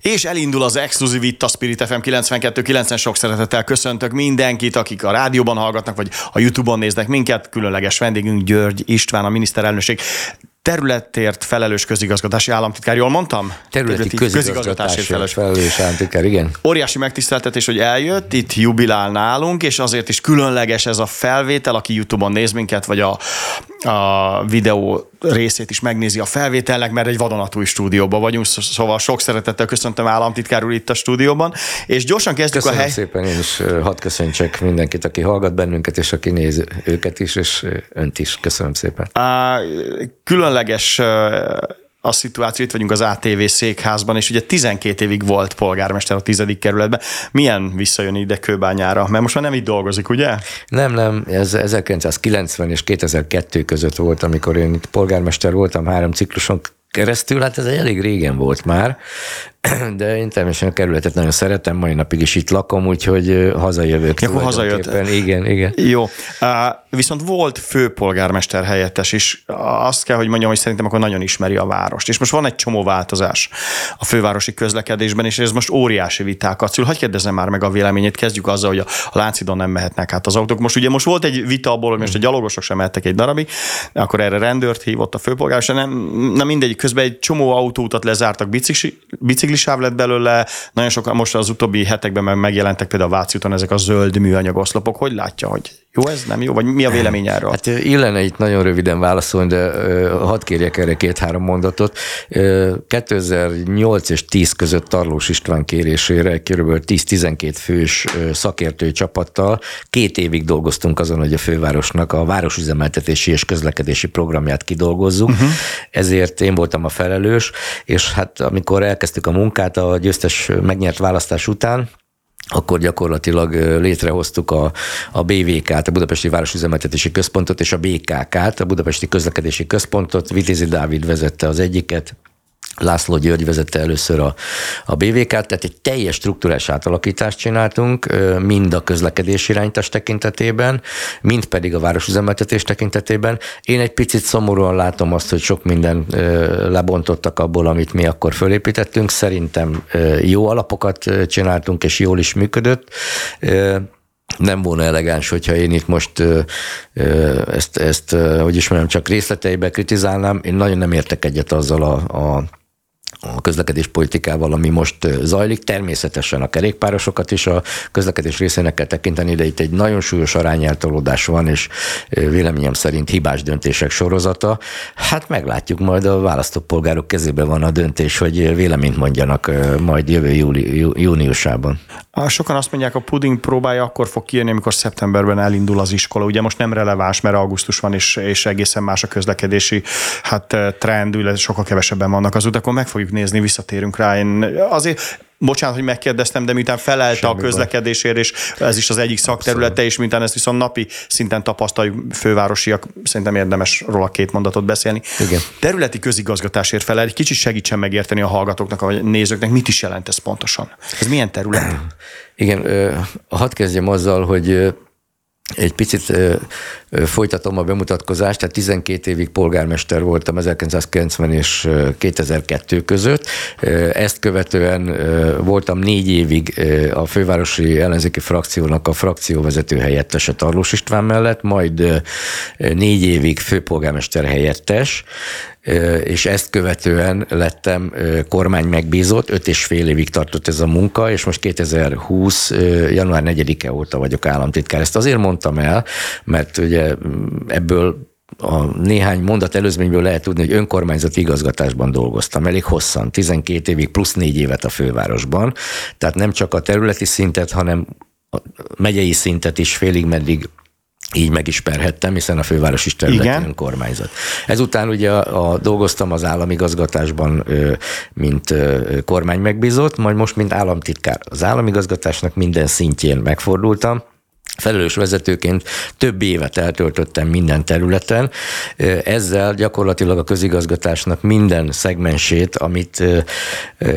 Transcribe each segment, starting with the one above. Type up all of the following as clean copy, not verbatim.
És elindul az exkluzív itt a Spirit FM 92.9-en. Sok szeretettel köszöntök mindenkit, akik a rádióban hallgatnak, vagy a YouTube-on néznek minket. Különleges vendégünk György István, a miniszterelnökség területért felelős közigazgatási államtitkár. Jól mondtam? Területi közigazgatásért felelős államtitkár, igen. Óriási megtiszteltetés, hogy eljött, itt jubilál nálunk, és azért is különleges ez a felvétel, aki YouTube-on néz minket, vagy a videó részét is megnézi a felvételnek, mert egy vadonatúj stúdióban vagyunk, szóval sok szeretettel köszöntöm államtitkár úr itt a stúdióban, és gyorsan kezdjük Köszönöm szépen, én is hadd köszöntsek mindenkit, aki hallgat bennünket, és aki néz őket is, és önt is. Köszönöm szépen. Különleges a szituáció, itt vagyunk az ATV székházban, és ugye 12 évig volt polgármester a 10. kerületben. Milyen visszajönni ide Kőbányára? Mert most már nem itt dolgozik, ugye? Nem, ez 1990 és 2002 között volt, amikor én itt polgármester voltam 3 cikluson keresztül, hát ez elég régen volt már, de én természetesen a kerületet nagyon szeretem, mai napig is itt lakom, úgyhogy hazajövök. Akkor hazajött. Igen. Jó. Viszont volt főpolgármester helyettes is. Azt kell, hogy mondjam, hogy szerintem akkor nagyon ismeri a várost. És most van egy csomó változás a fővárosi közlekedésben, és ez most óriási vitákat szül. Hadd kérdezzem már meg a véleményét. Kezdjük azzal, hogy a Lánchídon nem mehetnek át az autók. Most volt egy vita abból, hogy most a gyalogosok sem mehettek egy darabig, akkor erre rendőrt hívott a főpolgármester. Nem mindegy, közben egy csomó autóutat lezártak, biciklisáv lett belőle, nagyon sokan most az utóbbi hetekben megjelentek például a Váci úton ezek a zöld műanyag oszlopok. Hogy látja, hogy jó ez, nem jó? Vagy mi a vélemény erről? Hát illene itt nagyon röviden válaszolni, de hadd kérjek erre 2-3 mondatot. 2008 és 10 között Tarlós István kérésére kb. 10-12 fős szakértői csapattal 2 évig dolgoztunk azon, hogy a fővárosnak a városüzemeltetési és közlekedési programját kidolgozzuk. Ezért én voltam a felelős, és hát amikor elkezdtük a munkát a győztes megnyert választás után, akkor gyakorlatilag létrehoztuk a BVK-t, a Budapesti Városüzemeltetési Központot, és a BKK-t, a Budapesti Közlekedési Központot. Vitézi Dávid vezette az egyiket, László György vezette először a BVK-t, tehát egy teljes strukturális átalakítást csináltunk, mind a közlekedési irányítás tekintetében, mind pedig a városüzemeltetés tekintetében. Én egy picit szomorúan látom azt, hogy sok minden lebontottak abból, amit mi akkor fölépítettünk. Szerintem jó alapokat csináltunk, és jól is működött. Nem volna elegáns, hogyha én itt most ezt hogy is mondjam, csak részleteiben kritizálnám. Én nagyon nem értek egyet azzal a közlekedés politikával, ami most zajlik. Természetesen a kerékpárosokat is a közlekedés részének kell tekinteni, de itt egy nagyon súlyos arányeltolódás van, és véleményem szerint hibás döntések sorozata. Hát meglátjuk, majd a választópolgárok kezében van a döntés, hogy véleményt mondjanak majd jövő júniusában. Sokan azt mondják, a puding próbája akkor fog kijönni, amikor szeptemberben elindul az iskola. Ugye most nem releváns, mert augusztus van, és egészen más a közlekedési trend, illetve sokkal kevesebben vannak az utakon. Meg fogjuk nézni, visszatérünk rá. Én azért, bocsánat, hogy megkérdeztem, de miután felelte a közlekedésért, és ez is az egyik szakterülete, és miután ezt viszont napi szinten tapasztaljuk fővárosiak, szerintem érdemes róla 2 mondatot beszélni. Igen. Területi közigazgatásért felel, egy kicsit segítsen megérteni a hallgatóknak, vagy nézőknek, mit is jelent ez pontosan. Ez milyen terület? Igen, hadd kezdjem azzal, hogy egy picit folytatom a bemutatkozást, tehát 12 évig polgármester voltam 1990 és 2002 között. Ezt követően voltam 4 évig a fővárosi ellenzéki frakciónak a frakcióvezető helyettese Tarlós István mellett, majd 4 évig főpolgármester helyettes, és ezt követően lettem kormány megbízott, 5,5 évig tartott ez a munka, és most 2020. január 4-e óta vagyok államtitkár. Ezt azért mondtam el, mert ugye ebből a néhány mondat előzményből lehet tudni, hogy önkormányzati igazgatásban dolgoztam elég hosszan, 12 évig plusz 4 évet a fővárosban, tehát nem csak a területi szintet, hanem a megyei szintet is félig meddig így megismerhettem, hiszen a főváros is területi önkormányzat. Ezután ugye dolgoztam az államigazgatásban, mint kormány megbízott, majd most mint államtitkár. Az államigazgatásnak minden szintjén megfordultam, felelős vezetőként több évet eltöltöttem minden területen. Ezzel gyakorlatilag a közigazgatásnak minden szegmensét, amit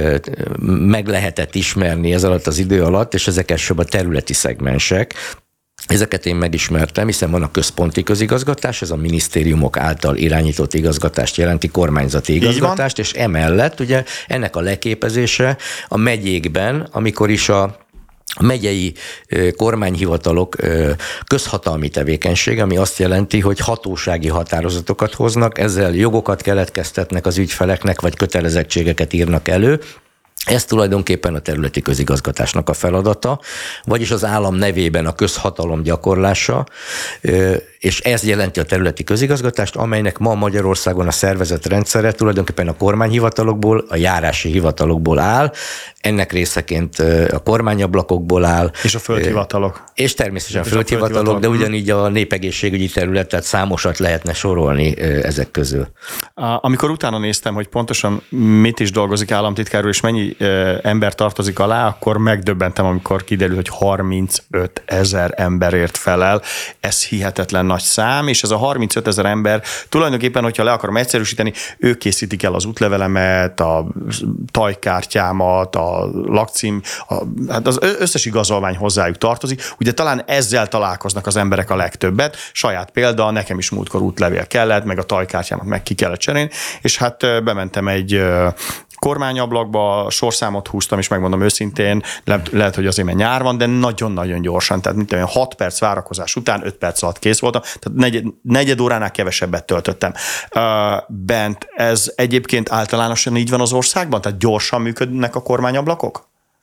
meg lehetett ismerni ez alatt az idő alatt, és ezek elsőbb a területi szegmensek, Ezeket én megismertem, hiszen van a központi közigazgatás, ez a minisztériumok által irányított igazgatást jelenti, kormányzati igazgatást, és emellett ugye ennek a leképezése a megyékben, amikor is a megyei kormányhivatalok közhatalmi tevékenység, ami azt jelenti, hogy hatósági határozatokat hoznak, ezzel jogokat keletkeztetnek az ügyfeleknek, vagy kötelezettségeket írnak elő. Ez tulajdonképpen a területi közigazgatásnak a feladata, vagyis az állam nevében a közhatalom gyakorlása, és ez jelenti a területi közigazgatást, amelynek ma Magyarországon a szervezet rendszere tulajdonképpen a kormányhivatalokból, a járási hivatalokból áll, ennek részeként a kormányablakokból áll. És a földhivatalok. És természetesen a földhivatalok, de ugyanígy a népegészségügyi terület, tehát számosat lehetne sorolni ezek közül. Amikor utána néztem, hogy pontosan mit is dolgozik államtitkár úr, és mennyi ember tartozik alá, akkor megdöbbentem, amikor kiderült, hogy 35 000 emberért felel. Ez hihetetlen nagy szám, és ez a 35 000 ember tulajdonképpen, hogyha le akarom egyszerűsíteni, ők készítik el az útlevelemet, a tajkártyámat, a lakcím, hát az összes igazolvány hozzájuk tartozik. Ugye talán ezzel találkoznak az emberek a legtöbbet. Saját példa, nekem is múltkor útlevél kellett, meg a tajkártyámat meg ki kellett cserélni, és hát bementem egy kormányablakba, sorszámot húztam, és megmondom őszintén, lehet, hogy azért, mert nyár van, de nagyon-nagyon gyorsan, tehát mint 6 perc várakozás után 5 perc alatt kész voltam, tehát negyed óránál kevesebbet töltöttem. Bent ez egyébként általánosan így van az országban? Tehát gyorsan működnek a kormányablakok?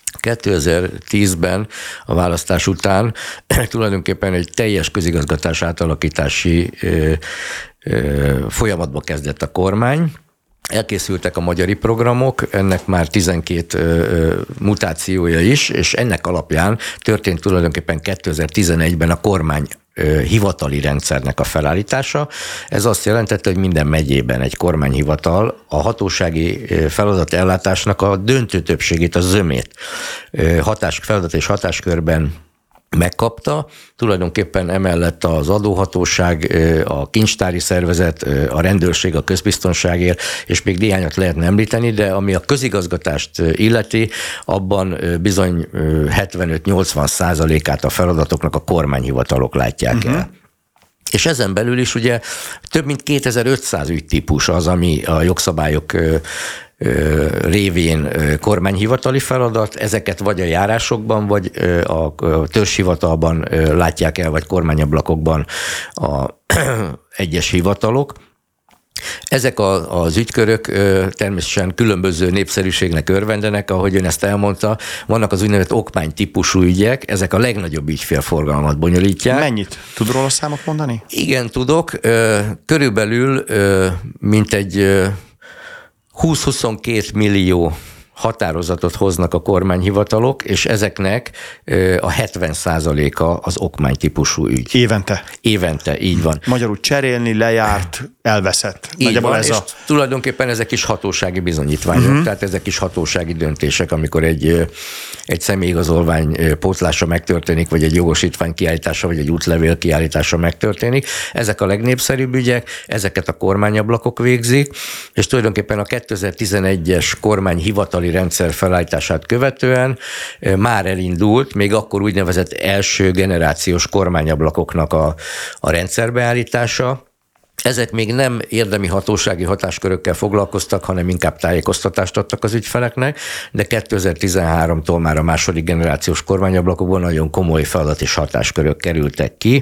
2010-ben a választás után tulajdonképpen egy teljes közigazgatás átalakítási folyamatba kezdett a kormány. Elkészültek a magyari programok, ennek már 12 mutációja is, és ennek alapján történt tulajdonképpen 2011-ben a kormány hivatali rendszernek a felállítása. Ez azt jelentette, hogy minden megyében egy kormányhivatal a hatósági feladat ellátásnak a döntő többségét, a zömét feladat és hatáskörben megkapta. Tulajdonképpen emellett az adóhatóság, a kincstári szervezet, a rendőrség, a közbiztonságért, és még néhányat lehetne említeni, de ami a közigazgatást illeti, abban bizony 75-80%-át a feladatoknak a kormányhivatalok látják el. És ezen belül is ugye több mint 2500 ügytípus az, ami a jogszabályok révén kormányhivatali feladat, ezeket vagy a járásokban, vagy a törzshivatalban látják el, vagy kormányablakokban a egyes hivatalok. Ezek az ügykörök természetesen különböző népszerűségnek örvendenek, ahogy ön ezt elmondta. Vannak az úgynevezett okmánytípusú ügyek, ezek a legnagyobb ügyfélforgalmat bonyolítják. Mennyit? Tud róla számot mondani? Igen, tudok. Körülbelül mintegy 20-22 millió határozatot hoznak a kormányhivatalok, és ezeknek a 70%-a az okmánytípusú ügy. Évente? Évente, így van. Magyarul cserélni, lejárt, elveszett. Így van, és tulajdonképpen ezek is hatósági bizonyítványok, tehát ezek is hatósági döntések, amikor egy személyigazolvány pótlása megtörténik, vagy egy jogosítvány kiállítása, vagy egy útlevél kiállítása megtörténik. Ezek a legnépszerűbb ügyek, ezeket a kormányablakok végzik, és tulajdonképpen a 2011-es kormányhivatali rendszer felállítását követően már elindult, még akkor úgynevezett első generációs kormányablakoknak a rendszerbeállítása. Ezek még nem érdemi hatósági hatáskörökkel foglalkoztak, hanem inkább tájékoztatást adtak az ügyfeleknek, de 2013-tól már a második generációs kormányablakokból nagyon komoly feladat és hatáskörök kerültek ki,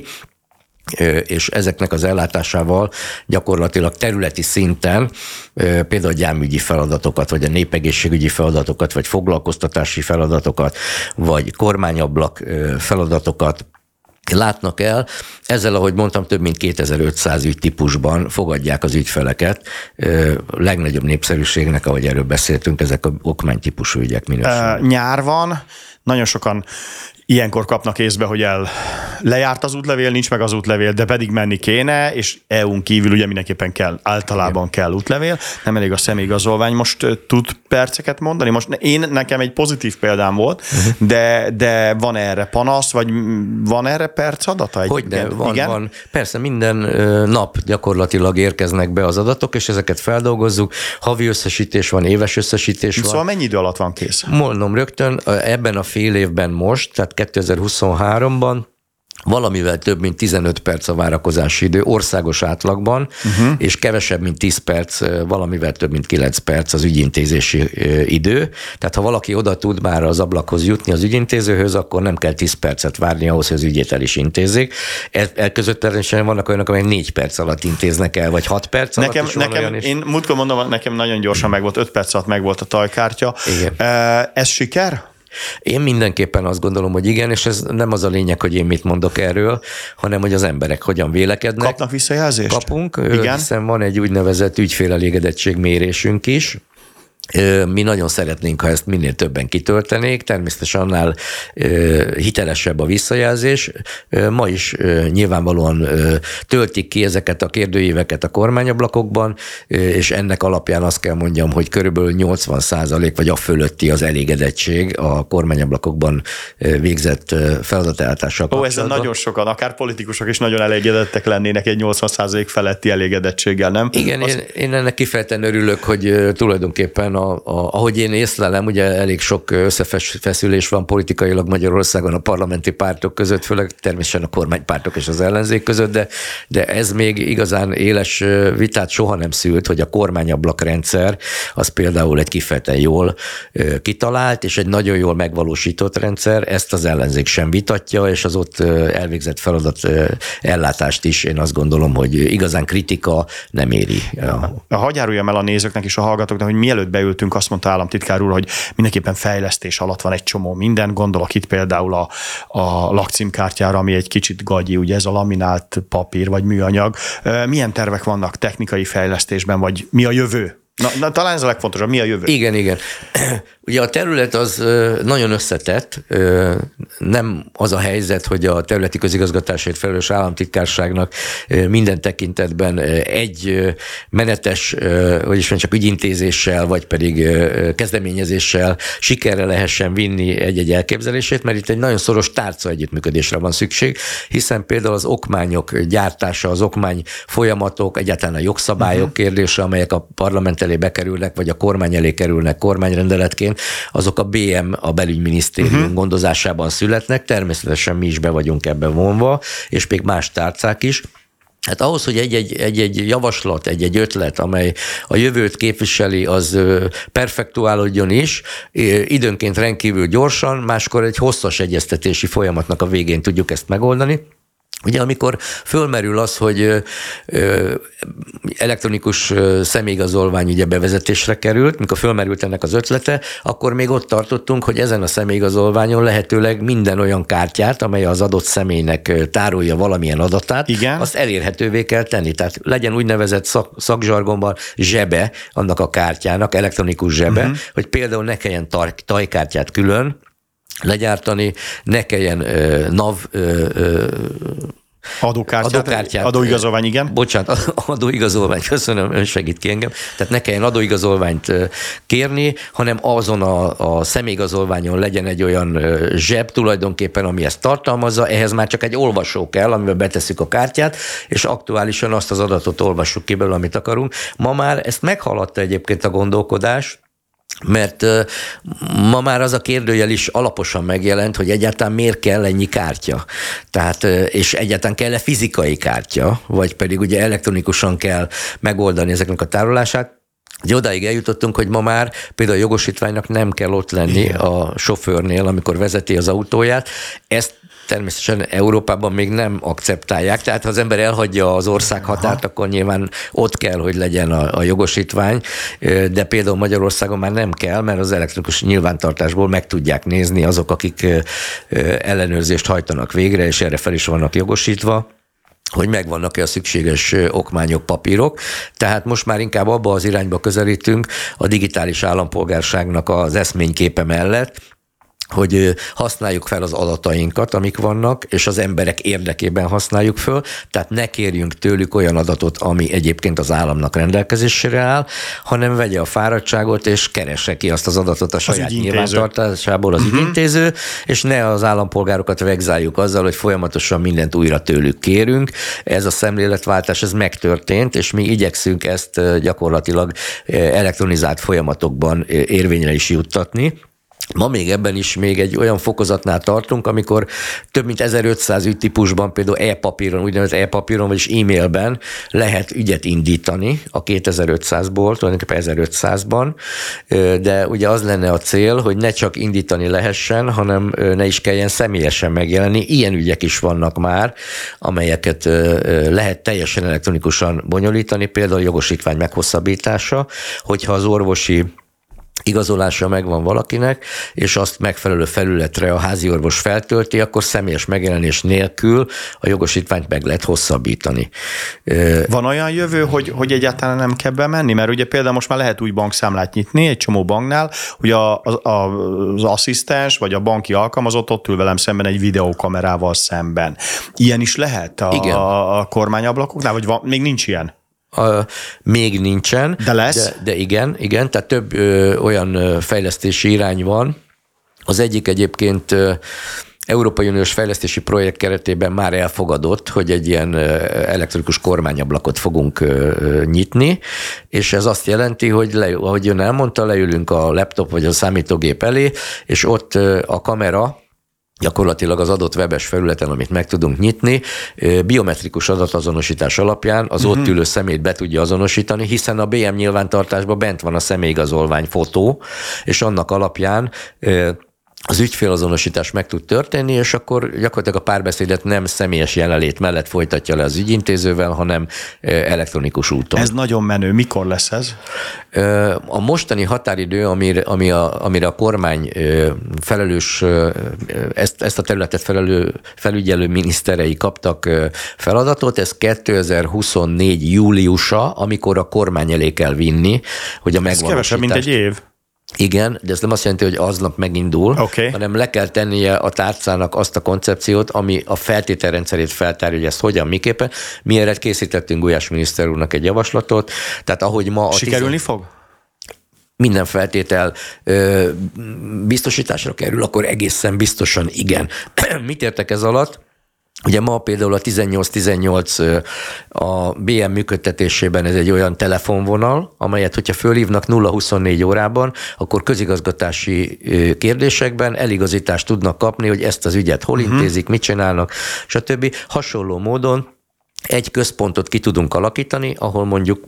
és ezeknek az ellátásával gyakorlatilag területi szinten például a gyámügyi feladatokat, vagy a népegészségügyi feladatokat, vagy foglalkoztatási feladatokat, vagy kormányablak feladatokat látnak el. Ezzel, ahogy mondtam, több mint 2500 ügytípusban fogadják az ügyfeleket. Legnagyobb népszerűségnek, ahogy erről beszéltünk, ezek a okmánytípusú ügyek minősülnek. Nyár van, nagyon sokan ilyenkor kapnak észbe, hogy lejárt az útlevél, nincs meg az útlevél, de pedig menni kéne, és EU-n kívül ugye mindenképpen általában kell útlevél, nem elég a személyigazolvány. Most tud perceket mondani? Most nekem egy pozitív példám volt, de van erre panasz, vagy van erre perc adata? Hogyne, van. Persze minden nap gyakorlatilag érkeznek be az adatok, és ezeket feldolgozzuk. Havi összesítés van, éves összesítés van. Szóval mennyi idő alatt van kész? Mondom rögtön, ebben a fél évben most, tehát 2023-ban valamivel több mint 15 perc a várakozási idő országos átlagban, és kevesebb, mint 10 perc, valamivel több, mint 9 perc az ügyintézési idő. Tehát ha valaki oda tud már az ablakhoz jutni az ügyintézőhöz, akkor nem kell 10 percet várni ahhoz, hogy az ügyét el is intézzék. Között természetesen vannak olyanok, amelyek 4 perc alatt intéznek el, vagy 6 perc alatt is van olyan is. Én múltkor mondom, nekem nagyon gyorsan megvolt, 5 perc alatt megvolt a tajkártya. Igen. Ez siker? Én mindenképpen azt gondolom, hogy igen, és ez nem az a lényeg, hogy én mit mondok erről, hanem hogy az emberek hogyan vélekednek. Kapnak visszajelzést? Kapunk, igen. Hiszen van egy úgynevezett ügyfélelégedettség-mérésünk is. Mi nagyon szeretnénk, ha ezt minél többen kitöltenék, természetesen annál hitelesebb a visszajelzés. Ma is nyilvánvalóan töltik ki ezeket a kérdőíveket a kormányablakokban, és ennek alapján azt kell mondjam, hogy körülbelül 80% vagy a fölötti az elégedettség a kormányablakokban végzett feladatellátással kapcsolatban. Ezzel nagyon sokan, akár politikusok is nagyon elégedettek lennének egy 80% feletti elégedettséggel, nem? Igen, én ennek kifejezetten örülök, hogy tulajdonképpen ahogy én észlelem, ugye elég sok összefeszülés van politikailag Magyarországon a parlamenti pártok között, főleg természetesen a kormánypártok és az ellenzék között, de ez még igazán éles vitát soha nem szült, hogy a kormányablakrendszer az például egy kifejezetten jól kitalált, és egy nagyon jól megvalósított rendszer, ezt az ellenzék sem vitatja, és az ott elvégzett feladat ellátást is én azt gondolom, hogy igazán kritika nem éri. Hadd járuljam el a nézőknek és a hallgatóknak, hogy mielőtt beültünk, azt mondta államtitkár úr, hogy mindenképpen fejlesztés alatt van egy csomó minden. Gondolok itt például a lakcímkártyára, ami egy kicsit gagyi, ugye ez a laminált papír vagy műanyag. Milyen tervek vannak technikai fejlesztésben, vagy mi a jövő? Na, talán ez a legfontosabb, mi a jövő? Igen. Ugye a terület az nagyon összetett, nem az a helyzet, hogy a területi közigazgatásért felelős államtitkárságnak minden tekintetben egy menetes, vagyis csak ügyintézéssel, vagy pedig kezdeményezéssel sikerre lehessen vinni egy-egy elképzelését, mert itt egy nagyon szoros tárca együttműködésre van szükség, hiszen például az okmányok gyártása, az okmány folyamatok, egyáltalán a jogszabályok kérdése, amelyek a parlament elé bekerülnek, vagy a kormány elé kerülnek kormányrendeletként, azok a BM, a belügyminisztérium gondozásában születnek, természetesen mi is be vagyunk ebben vonva, és még más tárcák is. Hát ahhoz, hogy egy javaslat, egy ötlet, amely a jövőt képviseli, az perfektuálódjon is, időnként rendkívül gyorsan, máskor egy hosszas egyeztetési folyamatnak a végén tudjuk ezt megoldani. Ugye amikor fölmerül az, hogy elektronikus személyigazolvány ugye bevezetésre került, mikor fölmerült ennek az ötlete, akkor még ott tartottunk, hogy ezen a személyigazolványon lehetőleg minden olyan kártyát, amely az adott személynek tárolja valamilyen adatát, igen, azt elérhetővé kell tenni. Tehát legyen úgynevezett szakzsargonban zsebe annak a kártyának, elektronikus zsebe, hogy például ne kelljen tajkártyát külön legyártani, ne kelljen adókártyát, adóigazolvány, igen. Bocsánat, adóigazolvány, köszönöm, ön segít ki engem. Tehát ne kelljen adóigazolványt kérni, hanem azon a személyigazolványon legyen egy olyan zseb tulajdonképpen, ami ezt tartalmazza, ehhez már csak egy olvasó kell, amiben betesszük a kártyát, és aktuálisan azt az adatot olvassuk ki belőle, amit akarunk. Ma már ezt meghaladta egyébként a gondolkodás, mert ma már az a kérdőjel is alaposan megjelent, hogy egyáltalán miért kell ennyi kártya. Tehát, és egyáltalán kell-e fizikai kártya, vagy pedig ugye elektronikusan kell megoldani ezeknek a tárolását. Ugye odáig eljutottunk, hogy ma már például a jogosítványnak nem kell ott lenni a sofőrnél, amikor vezeti az autóját. Ezt természetesen Európában még nem akceptálják, tehát ha az ember elhagyja az országhatárt, akkor nyilván ott kell, hogy legyen a jogosítvány, de például Magyarországon már nem kell, mert az elektronikus nyilvántartásból meg tudják nézni azok, akik ellenőrzést hajtanak végre, és erre fel is vannak jogosítva, hogy megvannak-e a szükséges okmányok, papírok. Tehát most már inkább abba az irányba közelítünk a digitális állampolgárságnak az eszményképe mellett, hogy használjuk fel az adatainkat, amik vannak, és az emberek érdekében használjuk föl, tehát ne kérjünk tőlük olyan adatot, ami egyébként az államnak rendelkezésére áll, hanem vegye a fáradtságot, és keresse ki azt az adatot a saját nyilvántartásából az ügyintéző, és ne az állampolgárokat vegzáljuk azzal, hogy folyamatosan mindent újra tőlük kérünk. Ez a szemléletváltás, ez megtörtént, és mi igyekszünk ezt gyakorlatilag elektronizált folyamatokban érvényre is juttatni. Ma még ebben is még egy olyan fokozatnál tartunk, amikor több mint 1500 ügytípusban, például e-papíron, úgynevezett e-papíron, vagyis e-mailben lehet ügyet indítani a 2500-ból, tulajdonképpen 1500-ban, de ugye az lenne a cél, hogy ne csak indítani lehessen, hanem ne is kelljen személyesen megjelenni. Ilyen ügyek is vannak már, amelyeket lehet teljesen elektronikusan bonyolítani, például a jogosítvány meghosszabbítása, hogyha az orvosi igazolása megvan valakinek, és azt megfelelő felületre a háziorvos feltölti, akkor személyes megjelenés nélkül a jogosítványt meg lehet hosszabbítani. Van olyan jövő, hogy egyáltalán nem kell bemenni? Mert ugye például most már lehet úgy bankszámlát nyitni egy csomó banknál, hogy az asszisztens vagy a banki alkalmazott ott ül velem szemben egy videókamerával szemben. Ilyen is lehet a kormányablakoknál, vagy még nincs ilyen? Még nincsen. De lesz? De igen, tehát több olyan fejlesztési irány van. Az egyik egyébként Európai Uniós fejlesztési projekt keretében már elfogadott, hogy egy ilyen elektronikus kormányablakot fogunk nyitni, és ez azt jelenti, hogy ahogy ön elmondta, leülünk a laptop vagy a számítógép elé, és ott a kamera gyakorlatilag az adott webes felületen, amit meg tudunk nyitni, biometrikus adatazonosítás alapján az ott ülő személyt be tudja azonosítani, hiszen a BM nyilvántartásban bent van a személyigazolvány fotó, és annak alapján az ügyfélazonosítás meg tud történni, és akkor gyakorlatilag a párbeszédet nem személyes jelenlét mellett folytatja le az ügyintézővel, hanem elektronikus úton. Ez nagyon menő. Mikor lesz ez? A mostani határidő, amire a kormány felelős, ezt a területet felügyelő miniszterei kaptak feladatot, ez 2024 júliusa, amikor a kormány elé kell vinni, hogy a megvalósítást... Ez kevesebb, mint egy év. Igen, de ez nem azt jelenti, hogy aznap megindul, hanem le kell tennie a tárcának azt a koncepciót, ami a feltételrendszerét feltárja, hogy ezt hogyan, miképpen. Mi erre készítettünk Gulyás miniszter úrnak egy javaslatot. Tehát ahogy ma... Sikerülni fog? Minden feltétel biztosításra kerül, akkor egészen biztosan igen. Mit értek ez alatt? Ugye ma például a 1818 a BM működtetésében ez egy olyan telefonvonal, amelyet, hogyha fölhívnak 0-24 órában, akkor közigazgatási kérdésekben eligazítást tudnak kapni, hogy ezt az ügyet hol intézik, mit csinálnak, stb. Hasonló módon egy központot ki tudunk alakítani, ahol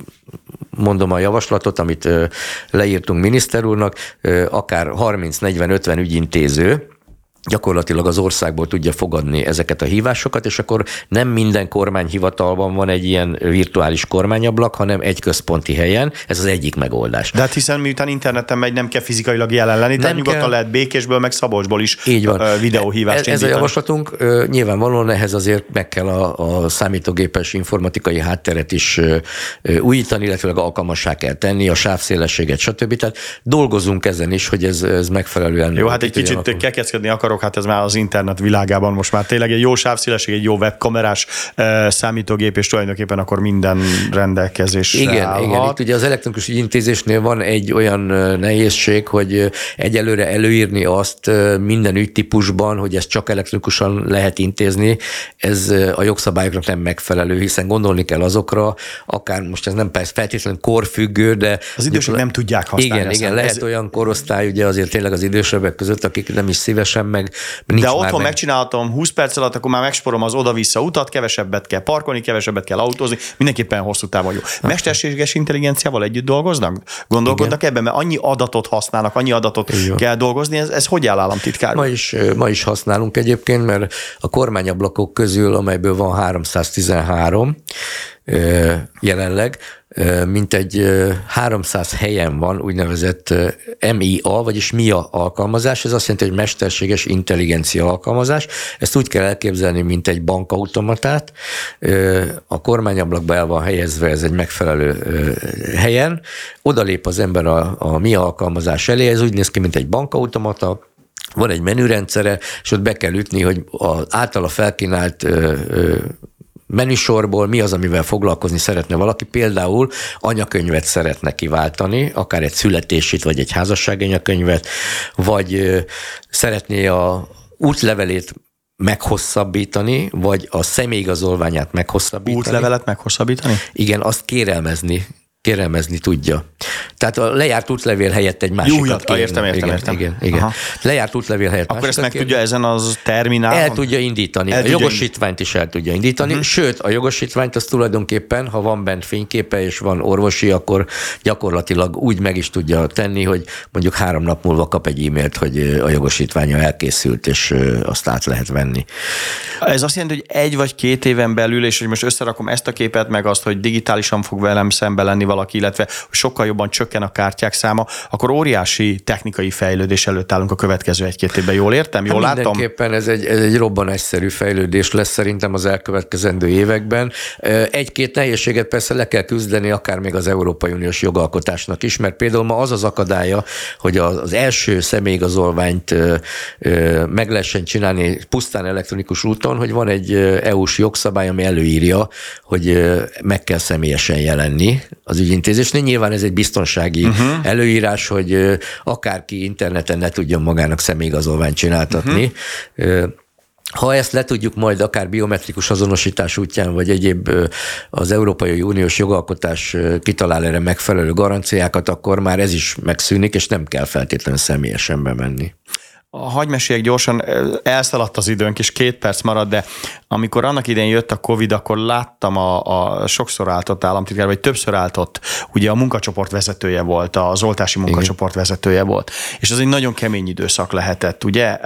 mondom a javaslatot, amit leírtunk miniszter úrnak, akár 30-40-50 ügyintéző, gyakorlatilag az országból tudja fogadni ezeket a hívásokat, és akkor nem minden kormányhivatalban van egy ilyen virtuális kormányablak, hanem egy központi helyen. Ez az egyik megoldás. De hát hiszen miután interneten megy, nem kell fizikailag jelen lenni, tehát nyugodtan lehet Békésből, meg Szabolcsból is videóhívást indítani. Ez a javaslatunk. Nyilvánvalóan ehhez azért meg kell a számítógépes informatikai hátteret is újítani, illetve alkalmassá kell tenni, a sávszélességet, stb. Tehát dolgozunk ezen is, hogy ez megfelelően... Jó, hát egy kicsit kekeckedni akarok, hát ez már az internet világában most már tényleg egy jó sávszélesség, egy jó webkamerás számítógép, és tulajdonképpen akkor minden rendelkezésre állhat. Igen. Itt ugye az elektronikus ügyintézésnél van egy olyan nehézség, hogy egyelőre előírni azt minden ügytípusban, hogy ezt csak elektronikusan lehet intézni, ez a jogszabályoknak nem megfelelő, hiszen gondolni kell azokra, akár most ez nem persze feltétlenül korfüggő, de... Az idősek nem tudják használni. Igen, lehet olyan korosztály, ugye azért tényleg az idősebbek között, akik nem is szívesen de otthon megcsinálhatom 20 perc alatt, akkor már megsporom az oda-vissza utat, kevesebbet kell parkolni, kevesebbet kell autózni, mindenképpen hosszú távon jó. Mesterséges intelligenciával együtt dolgoznak? Gondolkodnak ebben, mert annyi adatot használnak, annyi adatot kell dolgozni, ez hogy áll, államtitkár? Ma is használunk egyébként, mert a kormányablakok közül, amelyből van 313 jelenleg, mintegy 300 helyen van úgynevezett MIA, vagyis MIA alkalmazás, ez azt jelenti, hogy mesterséges intelligencia alkalmazás. Ezt úgy kell elképzelni, mint egy bankautomatát. A kormányablakba el van helyezve, ez egy megfelelő helyen. Oda lép az ember a MIA alkalmazás elé, ez úgy néz ki, mint egy bankautomata, van egy menürendszere, és ott be kell ütni, hogy az általa felkínált menüsorból mi az, amivel foglalkozni szeretne valaki. Például anyakönyvet szeretne kiváltani, akár egy születését, vagy egy házassági anyakönyvet, vagy szeretné a útlevelét meghosszabbítani, vagy a személyigazolványát meghosszabbítani. Útlevelet meghosszabbítani? Igen, azt kérelmezni kérelmezni tudja. Tehát a lejárt útlevél helyett egy másikat kérni. Értem. Igen. Lejárt útlevél helyett akkor ezt meg tudja ezen az terminálon? El tudja indítani. A jogosítványt is el tudja indítani. Sőt, a jogosítványt az tulajdonképpen, ha van bent fényképe és van orvosi, akkor gyakorlatilag úgy meg is tudja tenni, hogy mondjuk 3 nap múlva kap egy e-mailt, hogy a jogosítványa elkészült, és azt át lehet venni. Ez azt jelenti, hogy 1 vagy 2 éven belül, és hogy most összerakom ezt a képet, meg azt, hogy digitálisan fog velem szembe lenni valaki, illetve sokkal jobban csökken a kártyák száma, akkor óriási technikai fejlődés előtt állunk a következő 1-2 évben. Jól értem? Jól látom? Mindenképpen ez egy robbanásszerű fejlődés lesz szerintem az elkövetkezendő években. 1-2 nehézséget persze le kell küzdeni, akár még az Európai Uniós jogalkotásnak is, mert például ma az az akadálya, hogy az első személyigazolványt meg lehessen csinálni pusztán elektronikus úton, hogy van egy EU-s jogszabály, ami előírja, hogy meg kell személyesen jelenni az ügyintézésnél. Nyilván ez egy biztonsági előírás, hogy akárki interneten ne tudjon magának személyigazolványt csináltatni. Ha ezt le tudjuk majd akár biometrikus azonosítás útján, vagy egyéb az Európai Uniós jogalkotás kitalál erre megfelelő garanciákat, akkor már ez is megszűnik, és nem kell feltétlenül személyesen bemenni. Hagyj meséljek gyorsan, elszaladt az időnk, és 2 perc marad, de amikor annak idején jött a Covid, akkor láttam a sokszor álltott államtitkár, vagy többször álltott, ugye a munkacsoport vezetője volt, az oltási munkacsoport vezetője volt, és az egy nagyon kemény időszak lehetett, ugye?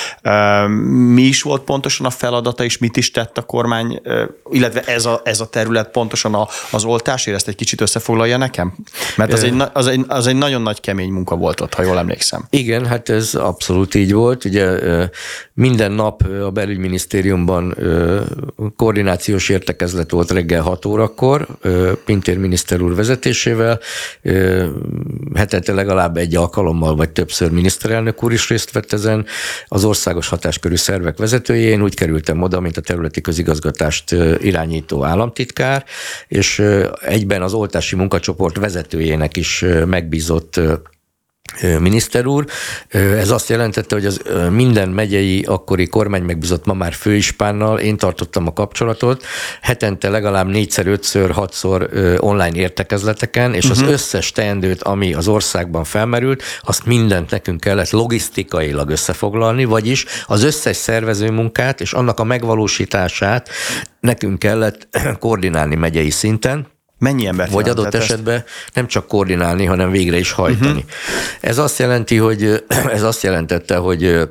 Mi is volt pontosan a feladata, és mit is tett a kormány, illetve ez a terület pontosan az oltásért, ezt egy kicsit összefoglalja nekem? Mert az egy nagyon nagy kemény munka volt ott, ha jól emlékszem. Igen, hát ez abszolút így volt. Ugye minden nap a belügyminisztériumban koordinációs értekezlet volt reggel 6 órakor, Pintér miniszter úr vezetésével, hetente legalább 1 alkalommal vagy többször miniszterelnök úr is részt vett ezen, az országos hatáskörű szervek vezetője. Én úgy kerültem oda, mint a területi közigazgatást irányító államtitkár, és egyben az oltási munkacsoport vezetőjének is megbízott miniszter úr. Ez azt jelentette, hogy az minden megyei akkori kormány megbízott, ma már főispánnal én tartottam a kapcsolatot, hetente legalább 4-szer, 5-ször, 6-szor online értekezleteken, és az összes teendőt, ami az országban felmerült, azt mindent nekünk kellett logisztikailag összefoglalni, vagyis az összes szervező munkát és annak a megvalósítását nekünk kellett koordinálni megyei szinten. Mennyi embert vagy adott esetben nem csak koordinálni, hanem végre is hajtani. Ez azt jelentette, hogy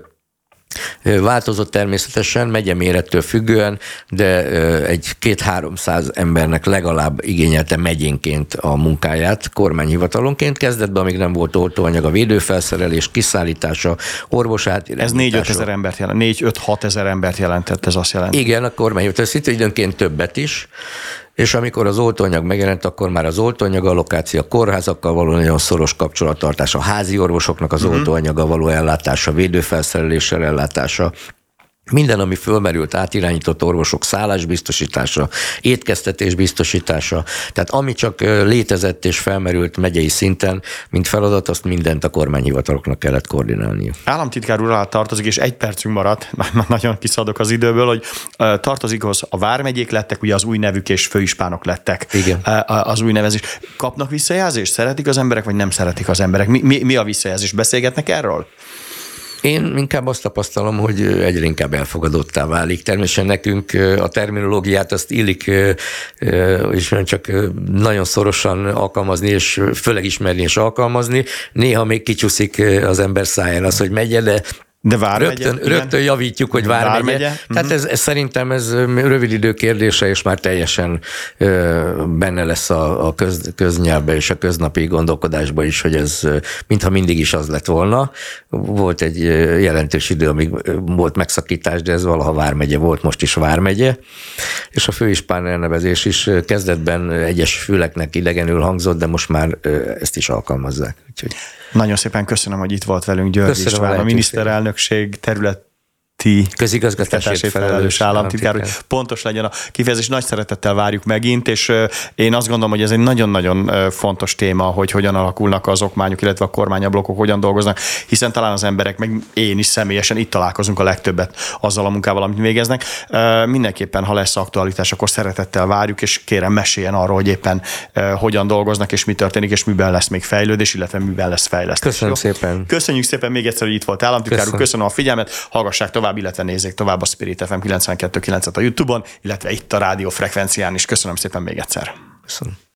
változott természetesen, megye mérettől függően, de egy 200-300 embernek legalább igényelte megyénként a munkáját kormányhivatalonként. Kezdetben, amíg nem volt oltóanyag, a védőfelszerelés, kiszállítása, orvosát. Ez 4-5 ezer embert jelent, 4-5-6 ezer embert jelentett, ez azt jelenti. Igen, a kormányhivatal szinte időnként többet is. És amikor az oltóanyag megjelent, akkor már az oltóanyag allokáció, a kórházakkal való nagyon szoros kapcsolattartás, a házi orvosoknak az oltóanyaggal való ellátása, védőfelszereléssel ellátása, minden, ami fölmerült, átirányított orvosok szállásbiztosítása, étkeztetés biztosítása, tehát ami csak létezett és felmerült megyei szinten, mint feladat, azt mindent a kormányhivataloknak kellett koordinálni. Államtitkár úr alá tartozik, és 1 percünk maradt, nagyon kiszadok az időből, hogy tartozik az, a vármegyék lettek, ugye az új nevük, és főispánok lettek. Igen. Az új nevezés. Kapnak visszajelzést? Szeretik az emberek, vagy nem szeretik az emberek? Mi a visszajelzés? Beszélgetnek erről? Én inkább azt tapasztalom, hogy egyre inkább elfogadottá válik. Természetesen nekünk a terminológiát azt illik, és csak nagyon szorosan alkalmazni, és főleg ismerni és alkalmazni. Néha még kicsúszik az ember száján az, hogy megye, de rögtön javítjuk, hogy vármegye. Tehát ez szerintem ez rövid idő kérdése, és már teljesen benne lesz a köznyelvbe és a köznapi gondolkodásba is, hogy ez mintha mindig is az lett volna. Volt egy jelentős idő, amíg volt megszakítás, de ez valaha vármegye volt, most is vármegye. És a főispán elnevezés is kezdetben egyes füleknek idegenül hangzott, de most már ezt is alkalmazzák. Úgyhogy... Nagyon szépen köszönöm, hogy itt volt velünk György István, a miniszterelnökség terület közigazgatásért felelős államtitkár, hogy pontos legyen a kifejezés. Nagy szeretettel várjuk megint, és én azt gondolom, hogy ez egy nagyon-nagyon fontos téma, hogy hogyan alakulnak az okmányok, illetve a kormányablokok hogyan dolgoznak, hiszen talán az emberek, meg én is személyesen itt találkozunk a legtöbbet azzal a munkával, amit végeznek. Mindenképpen, ha lesz aktualitás, akkor szeretettel várjuk, és kérem, meséljen arról, hogy éppen hogyan dolgoznak, és mi történik, és miben lesz még fejlődés, illetve miben lesz fejlesztés. Köszönöm szépen. Köszönjük szépen még egyszer, hogy itt volt államtitkár úr. Köszönöm a figyelmet, hallgassák tovább, illetve nézzék tovább a Spirit FM 92.9-et a YouTube-on, illetve itt a rádió frekvencián is. Köszönöm szépen még egyszer. Köszönöm.